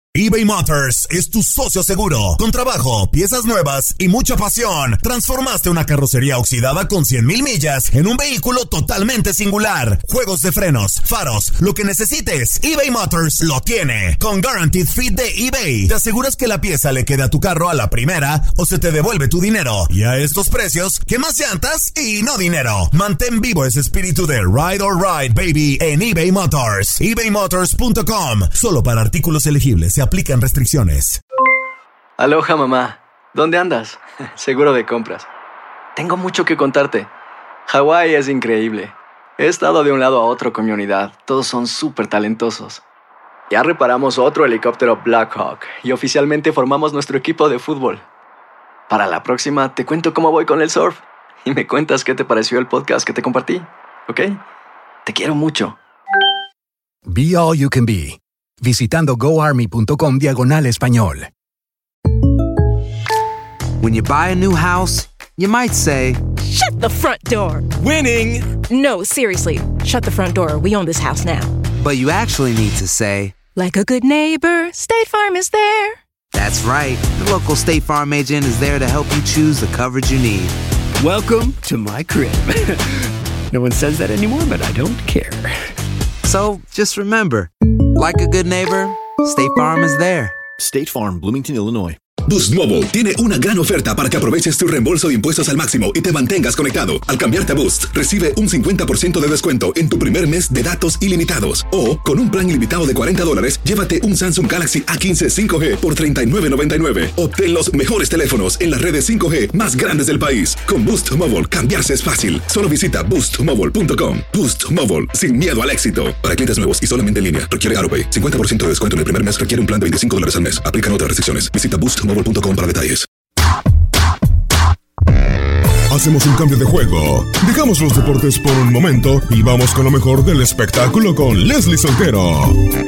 eBay Motors es tu socio seguro. Con trabajo, piezas nuevas y mucha pasión, transformaste una carrocería oxidada con 100,000 millas en un vehículo totalmente singular. Juegos de frenos, faros, lo que necesites, eBay Motors lo tiene. Con Guaranteed Fit de eBay, te aseguras que la pieza le quede a tu carro a la primera o se te devuelve tu dinero. Y a estos precios, ¿qué más llantas y no dinero? Mantén vivo ese espíritu de Ride or Ride, baby, en eBay Motors. ebaymotors.com. Solo para artículos elegibles. Se aplican restricciones. Aloha, mamá. ¿Dónde andas? Seguro de compras. Tengo mucho que contarte. Hawái es increíble. He estado de un lado a otro con mi unidad. Todos son súper talentosos. Ya reparamos otro helicóptero Blackhawk y oficialmente formamos nuestro equipo de fútbol. Para la próxima te cuento cómo voy con el surf y me cuentas qué te pareció el podcast que te compartí, ¿ok? Te quiero mucho. Be All You Can Be. Visitando goarmy.com/español. When you buy a new house, you might say, "Shut the front door." Winning! No, seriously. Shut the front door. We own this house now. But you actually need to say, like a good neighbor, State Farm is there. That's right. The local State Farm agent is there to help you choose the coverage you need. Welcome to my crib. No one says that anymore, but I don't care. So, just remember, like a good neighbor, State Farm is there. State Farm, Bloomington, Illinois. Boost Mobile tiene una gran oferta para que aproveches tu reembolso de impuestos al máximo y te mantengas conectado. Al cambiarte a Boost, recibe un 50% de descuento en tu primer mes de datos ilimitados. O, con un plan ilimitado de $40, llévate un Samsung Galaxy A15 5G por $39.99. Obtén los mejores teléfonos en las redes 5G más grandes del país. Con Boost Mobile, cambiarse es fácil. Solo visita boostmobile.com. Boost Mobile, sin miedo al éxito. Para clientes nuevos y solamente en línea, requiere AutoPay. 50% de descuento en el primer mes requiere un plan de $25 al mes. Aplican otras restricciones. Visita boostmobile.com para detalles. Hacemos un cambio de juego. Dejamos los deportes por un momento y vamos con lo mejor del espectáculo con Leslie Soltero.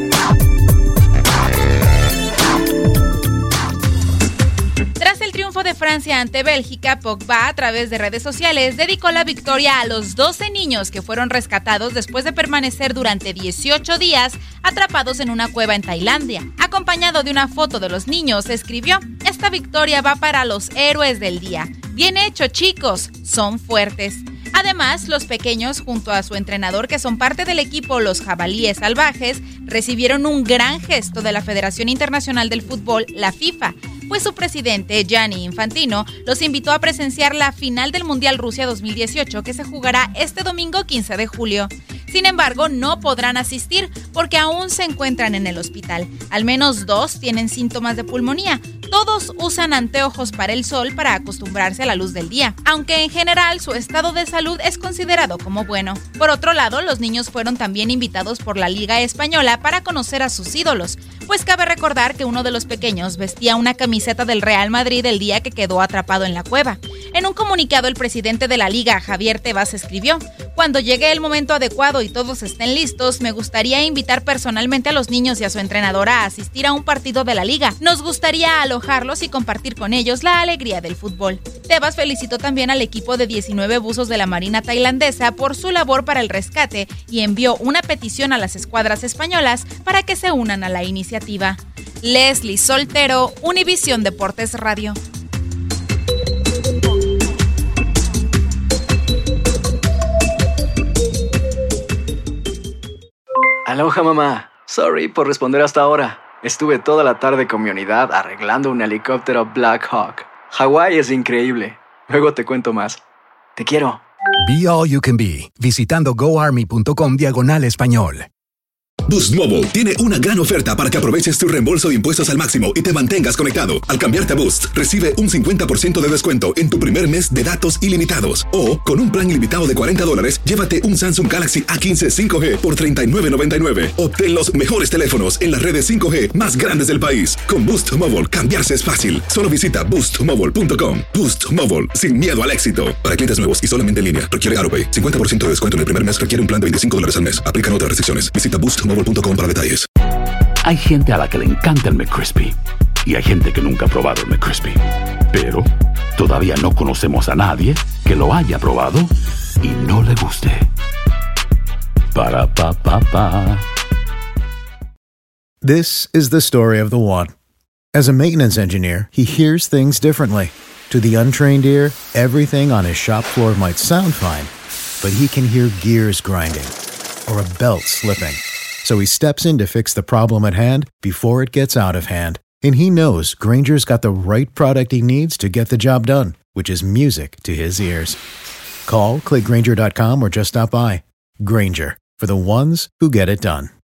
Tras el triunfo de Francia ante Bélgica, Pogba, a través de redes sociales, dedicó la victoria a los 12 niños que fueron rescatados después de permanecer durante 18 días atrapados en una cueva en Tailandia. Acompañado de una foto de los niños, escribió: "Esta victoria va para los héroes del día. Bien hecho, chicos, son fuertes". Además, los pequeños, junto a su entrenador, que son parte del equipo Los Jabalíes Salvajes, recibieron un gran gesto de la Federación Internacional del Fútbol, la FIFA, pues su presidente, Gianni Infantino, los invitó a presenciar la final del Mundial Rusia 2018, que se jugará este domingo 15 de julio. Sin embargo, no podrán asistir porque aún se encuentran en el hospital. Al menos 2 tienen síntomas de pulmonía. Todos usan anteojos para el sol para acostumbrarse a la luz del día, aunque en general su estado de salud es considerado como bueno. Por otro lado, los niños fueron también invitados por la Liga Española para conocer a sus ídolos, pues cabe recordar que uno de los pequeños vestía una camiseta del Real Madrid el día que quedó atrapado en la cueva. En un comunicado, el presidente de la Liga, Javier Tebas, escribió: "Cuando llegue el momento adecuado y todos estén listos, me gustaría invitar personalmente a los niños y a su entrenadora a asistir a un partido de la Liga. Nos gustaría alojarlos y compartir con ellos la alegría del fútbol". Tebas felicitó también al equipo de 19 buzos de la Marina tailandesa por su labor para el rescate y envió una petición a las escuadras españolas para que se unan a la iniciativa. Leslie Soltero, Univisión Deportes Radio. Aloha, mamá. Sorry por responder hasta ahora. Estuve toda la tarde con mi unidad arreglando un helicóptero Blackhawk. Hawái es increíble. Luego te cuento más. Te quiero. Be All You Can Be. Visitando goarmy.com/español. Boost Mobile tiene una gran oferta para que aproveches tu reembolso de impuestos al máximo y te mantengas conectado. Al cambiarte a Boost, recibe un 50% de descuento en tu primer mes de datos ilimitados. O, con un plan ilimitado de $40, llévate un Samsung Galaxy A15 5G por $39.99. Obtén los mejores teléfonos en las redes 5G más grandes del país. Con Boost Mobile, cambiarse es fácil. Solo visita boostmobile.com. Boost Mobile, sin miedo al éxito. Para clientes nuevos y solamente en línea, requiere AutoPay. 50% de descuento en el primer mes requiere un plan de $25 al mes. Aplican otras restricciones. Visita boostmobile.com para detalles. Hay gente a la que le encanta el McCrispy y hay gente que nunca ha probado el McCrispy. Pero todavía no conocemos a nadie que lo haya probado y no le guste. Para pa pa pa. This is the story of the one. As a maintenance engineer, he hears things differently. To the untrained ear, everything on his shop floor might sound fine, but he can hear gears grinding or a belt slipping. So he steps in to fix the problem at hand before it gets out of hand. And he knows Grainger's got the right product he needs to get the job done, which is music to his ears. Call, click Grainger.com, or just stop by. Grainger, for the ones who get it done.